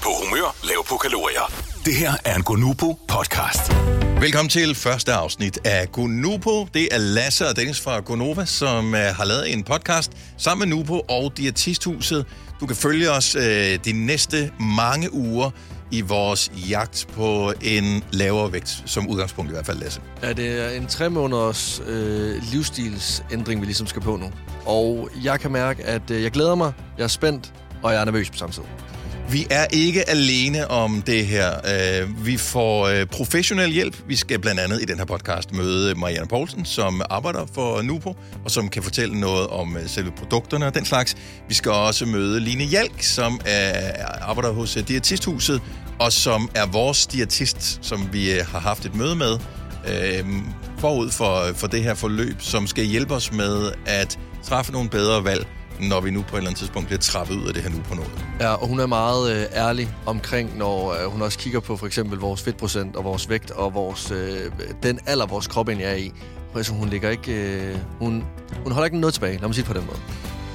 på humør, lav på kalorier. Det her er en Gonubо podcast. Velkommen til første afsnit af Gonubо. Det er Lasse og Dennis fra Gonova, som har lavet en podcast sammen med Nubo og Diætisthuset. Du kan følge os de næste mange uger i vores jagt på en lavere vægt, som udgangspunkt i hvert fald, Lasse. Ja, det er en 3 måneders livsstilsændring, vi ligesom skal på nu. Og jeg kan mærke, at jeg glæder mig, jeg er spændt, og jeg er nervøs på samme tid. Vi er ikke alene om det her. Vi får professionel hjælp. Vi skal blandt andet i den her podcast møde Marianne Poulsen, som arbejder for Nubo, og som kan fortælle noget om selve produkterne og den slags. Vi skal også møde Line Hjalk, som arbejder hos Diætisthuset, og som er vores diætist, som vi har haft et møde med forud for det her forløb, som skal hjælpe os med at træffe nogle bedre valg, når vi nu på et eller andet tidspunkt bliver trappet ud af det her nu på noget. Ja, og hun er meget ærlig omkring, når hun også kigger på for eksempel vores fedtprocent og vores vægt og vores, den alder, vores krop egentlig er i. Altså, hun ligger ikke... Hun holder ikke noget tilbage, lad mig sige på den måde.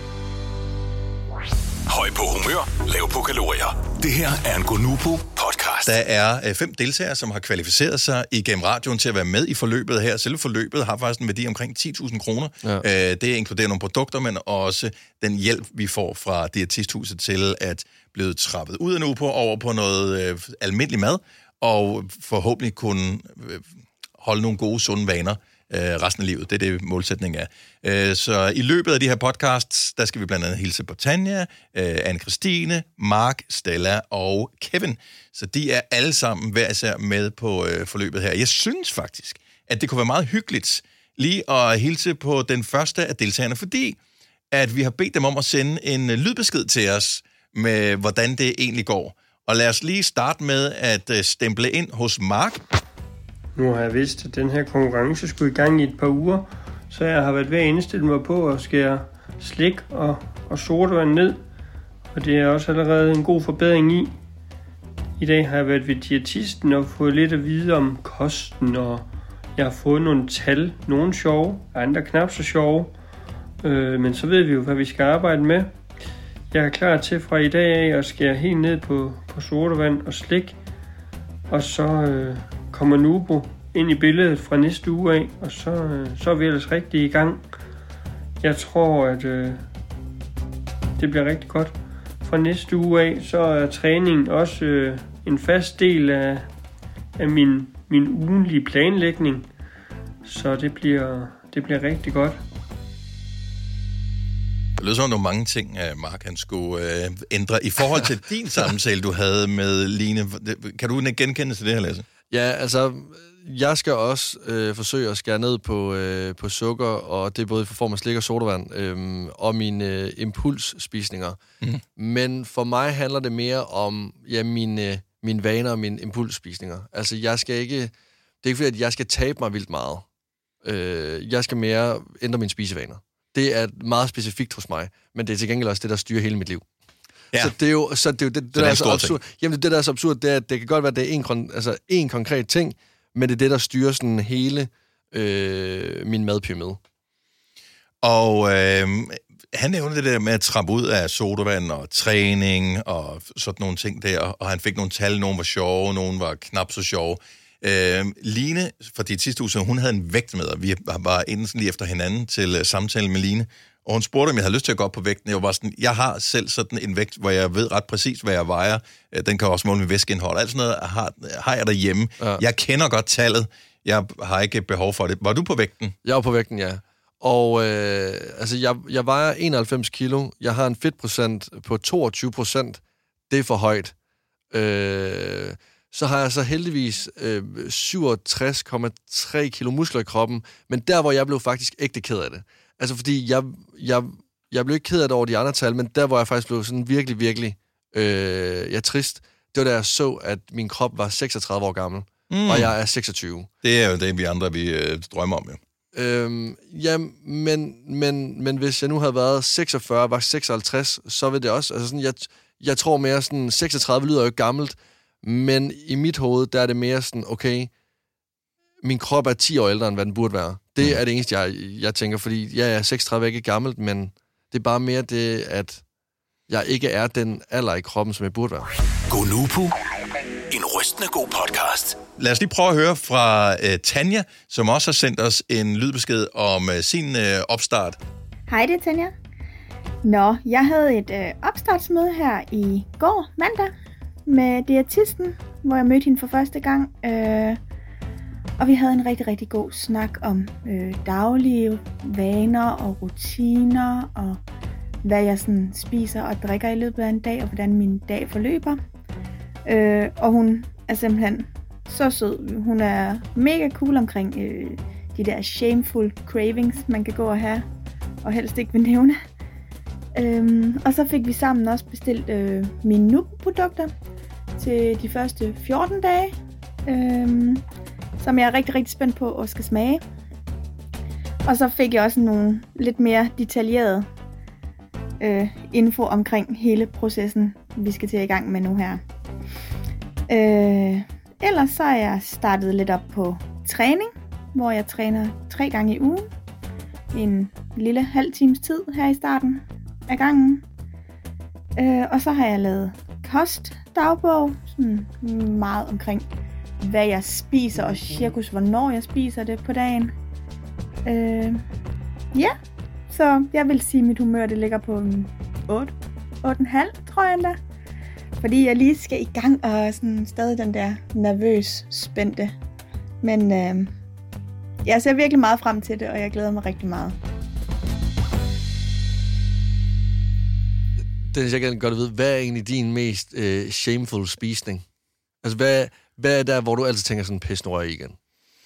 Høj på humør, lav på kalorier. Det her er en Gonubo podcast. Der er 5 deltagere, som har kvalificeret sig igennem radioen til at være med i forløbet her. Selve forløbet har faktisk en værdi omkring 10.000 kroner. Ja. Det inkluderer nogle produkter, men også den hjælp, vi får fra Diætisthuset til at blive trappet ud af Nubo over på noget almindelig mad, og forhåbentlig kunne holde nogle gode, sunde vaner resten af livet. Det er det, målsætningen er. Så i løbet af de her podcasts, der skal vi blandt andet hilse på Tanja, Anne-Christine, Mark, Stella og Kevin. Så de er alle sammen hver især med på forløbet her. Jeg synes faktisk, at det kunne være meget hyggeligt lige at hilse på den første af deltagerne, fordi at vi har bedt dem om at sende en lydbesked til os med, hvordan det egentlig går. Og lad os lige starte med at stemple ind hos Mark. Nu har jeg vidst, at den her konkurrence skulle i gang i et par uger, så jeg har været ved at indstille mig på at skære slik og sodavand ned. Og det er også allerede en god forbedring i. I dag har jeg været ved diætisten og fået lidt at vide om kosten, og jeg har fået nogle tal, nogle sjove, andre knap så sjove. Men så ved vi jo, hvad vi skal arbejde med. Jeg er klar til fra i dag af at skære helt ned på sodavand og slik, og så kommer Nubo ind i billedet fra næste uge af, og så er vi ellers rigtig i gang. Jeg tror, at det bliver rigtig godt. Fra næste uge af, så er træningen også en fast del af min ugenlige planlægning, så det bliver rigtig godt. Det lyder som, mange ting, Mark, han skulle ændre. I forhold til din samtale, du havde med Line, kan du genkende til det her, Lasse? Ja, altså, jeg skal også forsøge at skære ned på sukker, og det er både i form af slik og sodavand, og mine impulsspisninger. Mm. Men for mig handler det mere om mine vaner og mine impulsspisninger. Altså, jeg skal ikke... Det er ikke fordi, at jeg skal tabe mig vildt meget. Jeg skal mere ændre mine spisevaner. Det er meget specifikt hos mig, men det er til gengæld også det, der styrer hele mit liv. Ja. Så det er jo det der er så absurd. Jamen det der er så absurd, det er, at det kan godt være, at det er en konkret ting, men det er det, der styrer sådan hele min madpyramide. Og han nævnte det der med at trappe ud af sodavand og træning og sådan nogle ting der, og han fik nogle tal, nogle var sjove, nogle var knap så sjove. Line fra Diætisthuset, hun havde en vægt med, og vi var inde sådan lige efter hinanden til samtale med Line, og hun spurgte, om jeg havde lyst til at gå op på vægten. Jeg var sådan, jeg har selv sådan en vægt, hvor jeg ved ret præcis, hvad jeg vejer. Den kan også måle mit væskeindhold. Alt sådan noget har jeg derhjemme. Ja. Jeg kender godt tallet. Jeg har ikke behov for det. Var du på vægten? Jeg var på vægten, ja. Og jeg vejer 91 kilo. Jeg har en fedtprocent på 22%. Det er for højt. Så har jeg så heldigvis 67,3 kilo muskler i kroppen. Men der, hvor jeg blev faktisk ægte ked af det. Altså, fordi jeg blev ikke ked af det over de andre tal, men der, hvor jeg faktisk blev sådan virkelig, virkelig trist, det var da jeg så, at min krop var 36 år gammel, og jeg er 26. Det er jo det, vi andre drømmer om, jo. Men hvis jeg nu havde været 46, var 56, så vil det også... Altså sådan, jeg tror mere sådan, 36 lyder jo ikke gammelt, men i mit hoved, der er det mere sådan, okay, min krop er 10 år ældre, end hvad den burde være. Det er det eneste, jeg tænker, fordi jeg er 36 ikke gammelt, men det er bare mere det, at jeg ikke er den alder i kroppen, som jeg burde være. Gonupo. En rystende god podcast. Lad os lige prøve at høre fra Tanja, som også har sendt os en lydbesked om sin opstart. Hej, det er Tanja. Nå, jeg havde et opstartsmøde her i går, mandag, med diætisten, hvor jeg mødte hende for første gang. Og vi havde en rigtig, rigtig god snak om daglige vaner og rutiner, og hvad jeg sådan spiser og drikker i løbet af en dag, og hvordan min dag forløber. Og hun er simpelthen så sød. Hun er mega cool omkring de der shameful cravings, man kan gå og have, og helst ikke vil nævne. Og så fik vi sammen også bestilt mine Nupo-produkter til de første 14 dage, som jeg er rigtig, rigtig spændt på at skal smage. Og så fik jeg også nogle lidt mere detaljerede info omkring hele processen, vi skal til i gang med nu her. Ellers så er jeg startet lidt op på træning, hvor jeg træner 3 gange i ugen. En lille halv times tid her i starten af gangen. Og så har jeg lavet kostdagbog, sådan meget omkring, hvad jeg spiser, og cirkus hvornår jeg spiser det på dagen. Ja, så jeg vil sige, at mit humør det ligger på 8,5, tror jeg endda. Fordi jeg lige skal i gang, og sådan stadig den der nervøs spændte. Men jeg ser virkelig meget frem til det, og jeg glæder mig rigtig meget. Dennis, jeg kan godt vide, hvad er egentlig din mest shameful spisning? Altså, hvad er der, hvor du altid tænker sådan, pis, nu er jeg igen?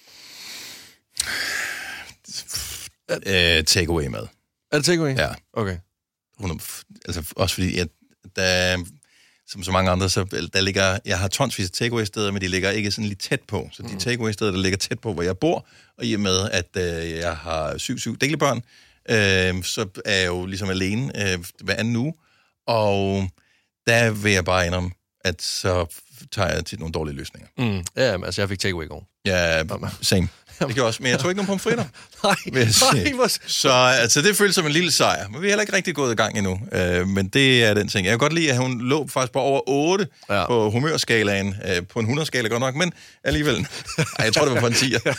Takeaway mad. Er det takeaway? Ja. Okay. Altså, også fordi, der, som så mange andre, så der ligger, jeg har tonsvis af takeaway-steder, men de ligger ikke sådan lige tæt på. Så de takeaway-steder, der ligger tæt på, hvor jeg bor, og i og med, at jeg har 7 delebørn, så er jeg jo ligesom alene hver anden uge, og der vil jeg bare indrømme, at så tager jeg til nogle dårlige løsninger. Ja, men altså, jeg fik takeaway i går. Ja, same. Det gjorde også, men jeg tog ikke nogen pomfritter. Nej. Så altså, det føles som en lille sejr, men vi er heller ikke rigtig gået i gang endnu. Men det er den ting. Jeg kan godt lide, at hun lå faktisk på over 8 på humørskalaen, på en 100-skala godt nok, men alligevel. Ej, jeg tror, det var på en 10'er.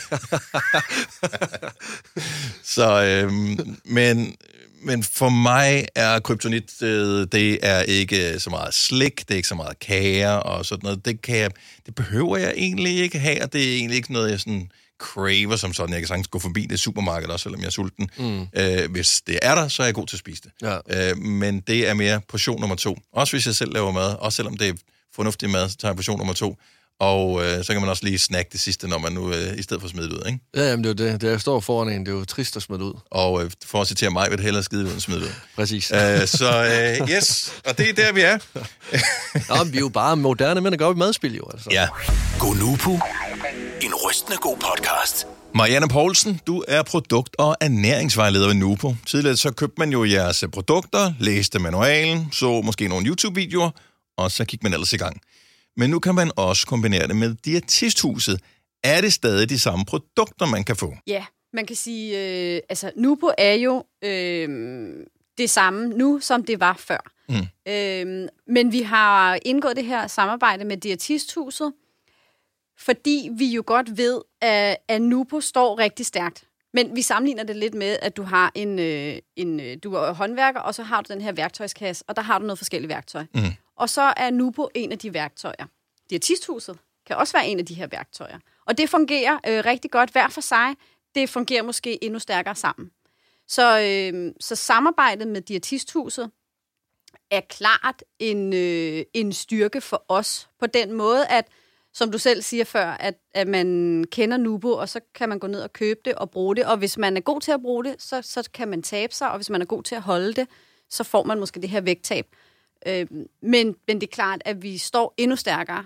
Så, men for mig er kryptonit, det er ikke så meget slik, det er ikke så meget kager og sådan noget. Det behøver jeg egentlig ikke have, og det er egentlig ikke noget, jeg sådan craver som sådan. Jeg kan sagtens gå forbi det supermarked også, selvom jeg er sulten. Hvis det er der, så er jeg god til at spise det. Ja. Men det er mere portion nummer 2. Også hvis jeg selv laver mad, også selvom det er fornuftig mad, så tager jeg portion nummer 2. Og så kan man også lige snakke det sidste, når man nu i stedet for smidt ud, ikke? Ja, jamen det er jo det. Det står foran en. Det er jo trist at smide ud. Og for at citere mig, vil det hellere skide ud end smide ud. Præcis. Yes, og det er der, vi er. Nå, men vi er jo bare moderne mænd, der går op i madspil, jo. Altså. Ja. Gonupo. En rystende god podcast. Marianne Poulsen, du er produkt- og ernæringsvejleder ved Nupo. Tidligere så købte man jo jeres produkter, læste manualen, så måske nogle YouTube-videoer, og så gik man ellers i gang. Men nu kan man også kombinere det med Diætisthuset. Er det stadig de samme produkter, man kan få? Ja, man kan sige, altså Nupo er jo det samme nu, som det var før. Men vi har indgået det her samarbejde med Diætisthuset, fordi vi jo godt ved, at Nupo står rigtig stærkt. Men vi sammenligner det lidt med, at du har du er håndværker, og så har du den her værktøjskasse, og der har du noget forskellige værktøj. Og så er Nupo en af de værktøjer. Diætisthuset kan også være en af de her værktøjer. Og det fungerer rigtig godt hver for sig. Det fungerer måske endnu stærkere sammen. Så samarbejdet med Diætisthuset er klart en styrke for os på den måde, at som du selv siger før, at man kender Nupo, og så kan man gå ned og købe det og bruge det. Og hvis man er god til at bruge det, så kan man tabe sig, og hvis man er god til at holde det, så får man måske det her vægttab. Men det er klart, at vi står endnu stærkere,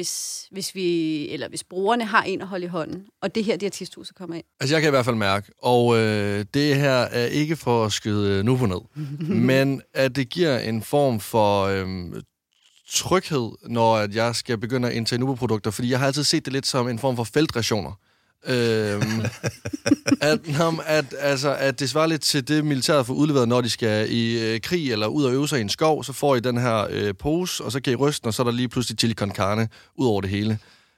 hvis brugerne har en at holde i hånden. Og det her Diætisthuset kommer ind. Altså, jeg kan i hvert fald mærke, og det her er ikke for at skyde Nupo ned, men at det giver en form for tryghed, når jeg skal begynde at indtage Nupo-produkter, fordi jeg har altid set det lidt som en form for feltrationer. At det svarer lidt til det, militæret får udleveret, når de skal i krig eller ud og øve sig i en skov, så får I den her pose, og så kan I ryste, og så er der lige pludselig chili con carne ud over det hele.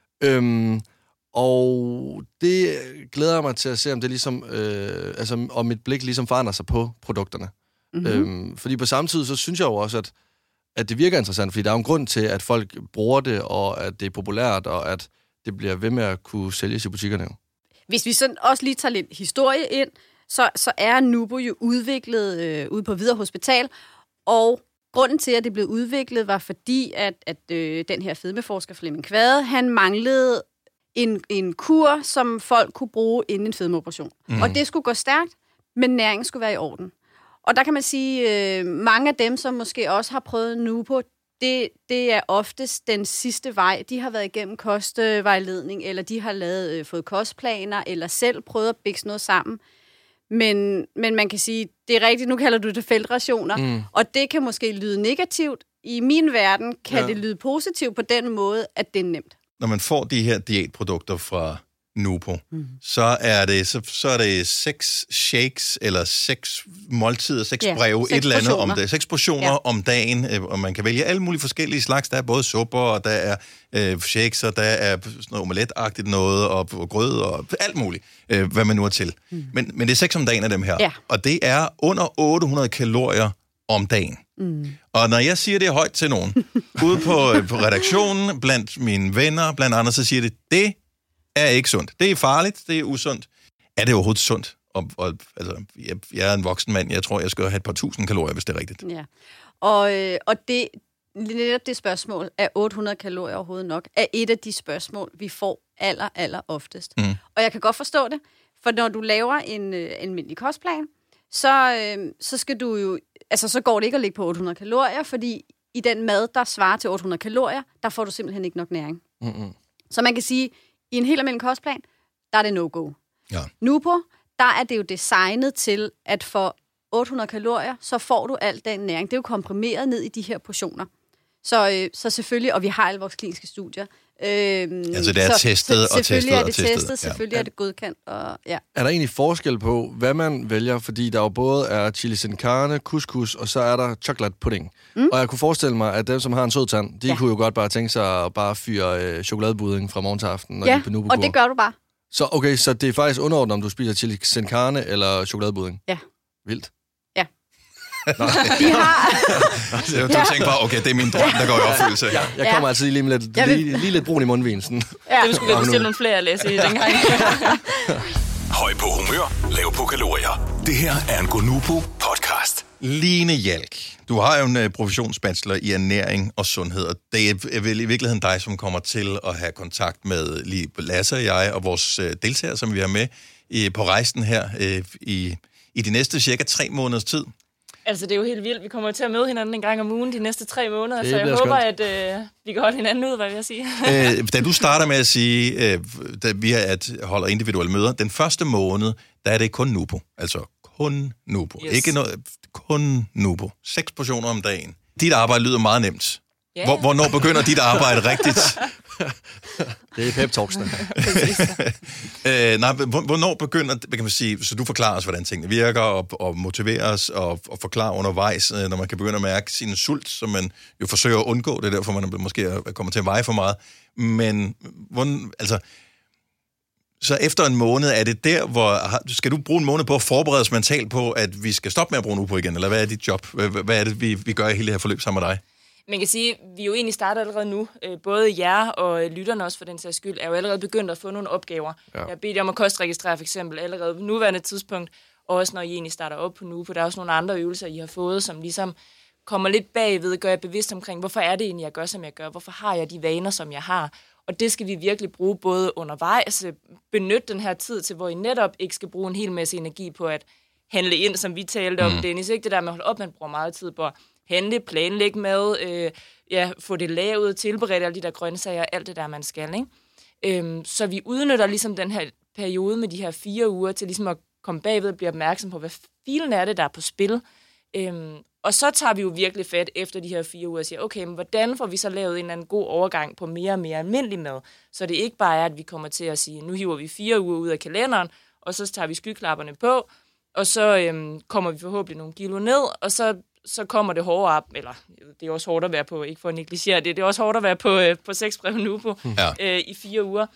Og det glæder jeg mig til at se, om det ligesom, om mit blik ligesom forandrer sig på produkterne. Mm-hmm. Fordi på samme tid, så synes jeg jo også, at det virker interessant, fordi der er jo en grund til, at folk bruger det, og at det er populært, og at det bliver ved med at kunne sælges i butikkerne. Hvis vi sådan også lige tager lidt historie ind, så er Nubo jo udviklet ude på Hvidovre Hospital, og grunden til, at det blev udviklet, var fordi, at den her fedmeforsker Flemming Kvade, han manglede en kur, som folk kunne bruge inden en fedmeoperation. Mm. Og det skulle gå stærkt, men næringen skulle være i orden. Og der kan man sige, mange af dem, som måske også har prøvet Nubo, det er oftest den sidste vej. De har været igennem kostvejledning, eller de har fået kostplaner, eller selv prøvet at bikse noget sammen. Men man kan sige, det er rigtigt, nu kalder du det feltrationer, og det kan måske lyde negativt. I min verden kan det lyde positivt på den måde, at det er nemt. Når man får de her diætprodukter fra Nubo, så er det 6 shakes, eller 6 måltider, 6 breve, 6 et eller andet om det. 6 portioner om dagen, og man kan vælge alle mulige forskellige slags. Der er både supper, og der er shakes, og der er sådan noget omeletagtigt noget, og grød, og alt muligt, hvad man nu er til. Men det er 6 om dagen af dem her, og det er under 800 kalorier om dagen. Og når jeg siger det højt til nogen, ude på redaktionen, blandt mine venner, blandt andre, så siger det er ikke sundt. Det er farligt, det er usundt. Er det overhovedet sundt? Altså, jeg er en voksen mand, jeg tror, jeg skal have et par tusind kalorier, hvis det er rigtigt. Ja, og det, netop det spørgsmål, er 800 kalorier overhovedet nok, er et af de spørgsmål, vi får aller oftest. Og jeg kan godt forstå det, for når du laver en almindelig kostplan, så skal du jo, altså så går det ikke at ligge på 800 kalorier, fordi i den mad, der svarer til 800 kalorier, der får du simpelthen ikke nok næring. Så man kan sige, i en helt almindelig kostplan, der er det no-go. Ja. Nubo, der er det jo designet til, at for 800 kalorier, så får du al den næring. Det er jo komprimeret ned i de her portioner. Så selvfølgelig, og vi har alle vores kliniske studier. Altså det er testet og testet. Selvfølgelig er det testet, selvfølgelig er det godkendt. Og, ja. Er der egentlig forskel på, hvad man vælger? Fordi der jo både er chili con carne, couscous, og så er der chocolate pudding. Og jeg kunne forestille mig, at dem, som har en sød tand, de kunne jo godt bare tænke sig at bare fyre chokoladebudding fra morgen til aften, når de er på Nubo-kur. Og det gør du bare. Så det er faktisk underordnet, om du spiser chili con carne eller chokoladebudding? Ja. Vildt. De har... Du tænker bare, okay, det er min drøm, der går i opfyldelse. Jeg kommer altid lige med lige lidt brun i mundvin. Sådan. Det skulle vi bestille nogle flere at læse i dengang. Høj på humør, lav på kalorier. Det her er en Gonupo-podcast. Line Hjalk, du har jo en professionsbachelor i ernæring og sundhed, og det er vel i virkeligheden dig, som kommer til at have kontakt med Lasse og jeg og vores deltagere, som vi har med på rejsen her i de næste cirka 3 måneders tid. Altså, det er jo helt vildt. Vi kommer til at møde hinanden en gang om ugen de næste 3 måneder, så jeg håber, at vi kan holde hinanden ud, hvad jeg vil sige. Da du starter med at sige, da vi holder individuelle møder, den første måned, der er det kun Nubo. Altså kun Nubo. Yes. Ikke noget, kun Nubo. 6 portioner om dagen. Dit arbejde lyder meget nemt. Yeah. Hvornår begynder dit arbejde rigtigt? Det er pep-talksene. Hvornår begynder, kan man sige, så du forklarer os, hvordan tingene virker, og motiverer os, og forklarer undervejs, når man kan begynde at mærke sin sult, som man jo forsøger at undgå, det er derfor, man måske kommer til at veje for meget. Men, så efter en måned, er det der, hvor skal du bruge en måned på at forberede os mentalt på, at vi skal stoppe med at bruge Nubo igen, eller hvad er dit job? Hvad er det, vi gør i hele det her forløb sammen med dig? Man kan sige, at vi jo egentlig starter allerede nu. Både jer og lytterne også for den sags skyld, er jo allerede begyndt at få nogle opgaver. Ja. Jeg har bedt jer om at kostregistrere for eksempel allerede på nuværende tidspunkt, og også når I egentlig starter op på Nubo. Der er også nogle andre øvelser, I har fået, som ligesom kommer lidt bagved, gør jeg bevidst omkring, hvorfor er det egentlig, jeg gør, som jeg gør? Hvorfor har jeg de vaner, som jeg har? Og det skal vi virkelig bruge både undervejs, benytte den her tid til, hvor I netop ikke skal bruge en hel masse energi på at handle ind, som vi talte om, Dennis. Ikke det der med at holde op, man bruger meget tid på handle, planlægge mad, få det lavet, tilberede alle de der grøntsager, alt det der, man skal, ikke? Så vi udnytter ligesom den her periode med de her 4 uger til ligesom at komme bagved og blive opmærksom på, hvad filen er det, der er på spil. Og så tager vi jo virkelig fat efter de her 4 uger og siger, okay, men hvordan får vi så lavet en eller anden god overgang på mere og mere almindelig mad? Så det ikke bare er, at vi kommer til at sige, nu hiver vi 4 uger ud af kalenderen, og så tager vi skyklapperne på, og så kommer vi forhåbentlig nogle kilo ned, og så kommer det hårdere op, eller det er også hårdt at være på, ikke for at negligere det, det er også hårdt at være på 6 brev nu på i 4 uger.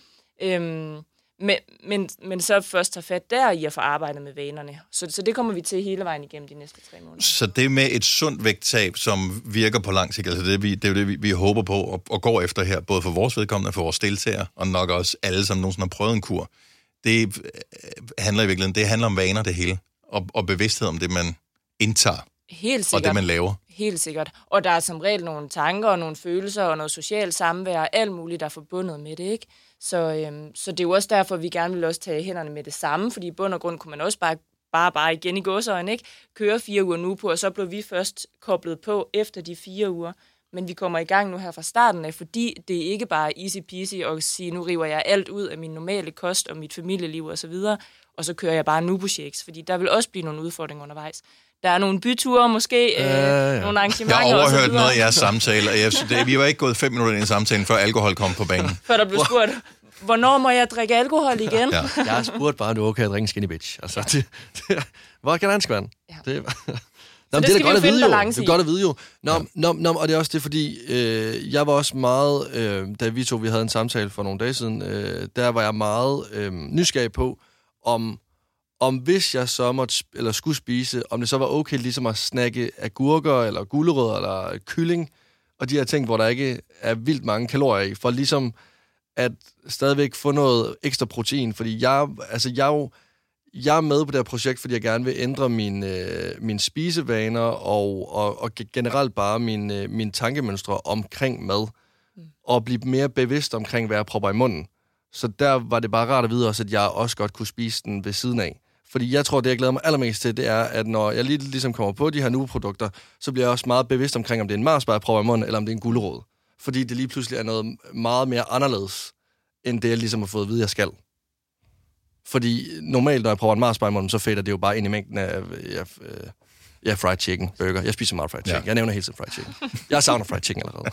Men så først tage fat der i at få arbejdet med vanerne. Så det kommer vi til hele vejen igennem de næste 3 måneder. Så det med et sundt vægttab, som virker på lang sigt, altså det er jo det, vi håber på og går efter her, både for vores vedkommende og for vores deltagere, og nok også alle, som nogensinde har prøvet en kur. Det handler i virkeligheden, det handler om vaner det hele, og bevidsthed om det, man indtager. Helt sikkert. Og det, man laver. Helt sikkert. Og der er som regel nogle tanker og nogle følelser og noget socialt samvær og alt muligt, der er forbundet med det, ikke? Så det er jo også derfor, vi gerne vil også tage hænderne med det samme, fordi i bund og grund kunne man også bare igen i gåseøjne, ikke? Køre 4 uger nu på, og så blev vi først koblet på efter de 4 uger. Men vi kommer i gang nu her fra starten af, fordi det er ikke bare easy peasy at sige, nu river jeg alt ud af min normale kost og mit familieliv og så videre, og så kører jeg bare Nubo Shakes, fordi der vil også blive nogle udfordringer undervejs. Der er nogle byture måske, nogle arrangementer. Jeg har overhørt noget af jeres samtale, og vi var ikke gået 5 minutter ind i samtalen, før alkohol kom på banen. Før der blev spurgt, hvornår må jeg drikke alkohol igen? Ja. Jeg har spurgt bare, du kan drikke Skinny Bitch. Altså, hvor kan dansk være? Ja. Det er godt at vide, jo. Det er godt at vide jo. Og det er også det, fordi jeg var også meget, da vi havde en samtale for nogle dage siden, der var jeg meget nysgerrig på, om hvis jeg så måtte, eller skulle spise, om det så var okay ligesom at snakke agurker, eller gulerødder, eller kylling, og de her ting, hvor der ikke er vildt mange kalorier i, for ligesom at stadigvæk få noget ekstra protein, fordi jeg er med på det her projekt, fordi jeg gerne vil ændre mine spisevaner og generelt bare mine tankemønstre omkring mad, og blive mere bevidst omkring, hvad jeg propper i munden. Så der var det bare rart at vide også, at jeg også godt kunne spise den ved siden af. Fordi jeg tror, det jeg glæder mig allermest til, det er, at når jeg ligesom kommer på de her Nubo-produkter, så bliver jeg også meget bevidst omkring, om det er en Mars-bar, jeg propper i munden, eller om det er en gulerod. Fordi det lige pludselig er noget meget mere anderledes, end det jeg ligesom har fået at vide, jeg skal. Fordi normalt, når jeg prøver en Mars-bar i munden, så fætter det jo bare ind i mængden af fried chicken, burger. Jeg spiser meget fried chicken. Ja. Jeg nævner hele tiden fried chicken. Jeg savner fried chicken allerede.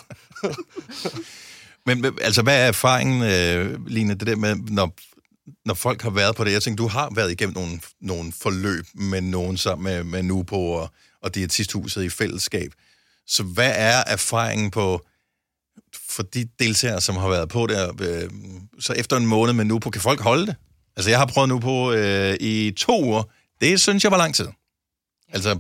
Men altså, hvad er erfaringen, Line, det der med, når folk har været på det? Jeg tænker, du har været igennem nogle forløb med nogen sammen med Nubo og Diætisthuset i fællesskab. Så hvad er erfaringen for de deltagere, som har været på det? Så efter en måned med Nubo, kan folk holde det? Altså, jeg har prøvet Nubo i 2 uger. Det synes jeg var lang tid. Altså,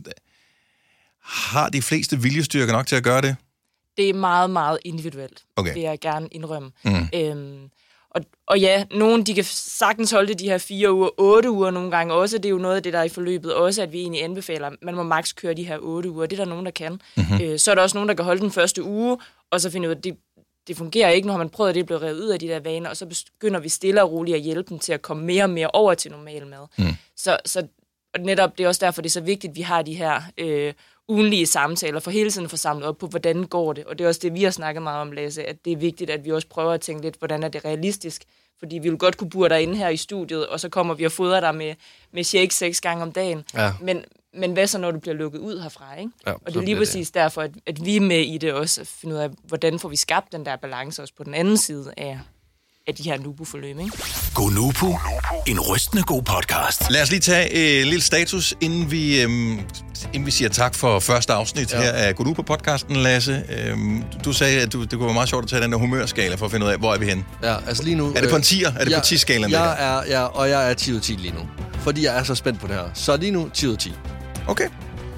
har de fleste viljestyrker nok til at gøre det? Det er meget, meget individuelt, vil jeg gerne indrømme. Og ja, nogen de kan sagtens holde det de her 4 uger, 8 uger nogle gange også. Det er jo noget af det, der er i forløbet også, at vi egentlig anbefaler, man må maks køre de her 8 uger. Det er der nogen, der kan. Så er der også nogen, der kan holde den første uge, og så finde ud af, at det fungerer ikke. Nu har man prøvet, at det bliver revet ud af de der vaner, og så begynder vi stille og roligt at hjælpe dem til at komme mere og mere over til normal mad. Så og netop det er også derfor, det er så vigtigt, at vi har de her ugenlige samtaler, for hele tiden at få samlet op på, hvordan går det. Og det er også det, vi har snakket meget om, Lasse, at det er vigtigt, at vi også prøver at tænke lidt, hvordan er det realistisk. Fordi vi vil godt kunne bure dig inde her i studiet, og så kommer vi og fodrer dig med shake 6 gange om dagen. Ja. Men hvad så, når du bliver lukket ud herfra, ikke? Ja, og det er lige præcis derfor, at vi er med i det også, at finde ud af, hvordan får vi skabt den der balance også på den anden side af de her Nubo-forløb, ikke? Go Nubo, en rystende god podcast. Lad os lige tage et lille status, inden vi siger tak for første afsnit her af Go Nubo-podcasten, Lasse. Du sagde, at det kunne være meget sjovt at tage den der humørskala for at finde ud af, hvor er vi henne. Ja, altså lige nu... Er det på en 10'er? Er det på 10-skalaen? Jeg er 10 ud af 10 lige nu. Fordi jeg er så spændt på det her. Så lige nu 10 ud af 10. Okay.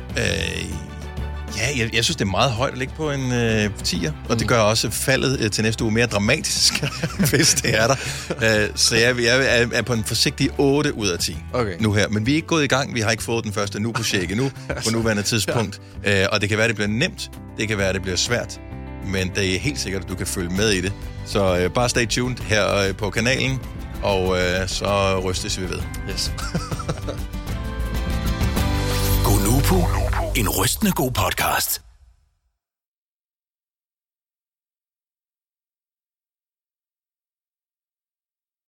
Jeg synes, det er meget højt at ligge på en 10'er, og det gør også faldet til næste uge mere dramatisk, hvis det er der. Så jeg er på en forsigtig 8 ud af 10 nu her. Men vi er ikke gået i gang. Vi har ikke fået den første Nubo-shake endnu på nuværende tidspunkt. Og det kan være, det bliver nemt. Det kan være, det bliver svært. Men det er helt sikkert, at du kan følge med i det. Så bare stay tuned her på kanalen, og så rystes vi ved. Yes. Go Nubo, en rystende god podcast.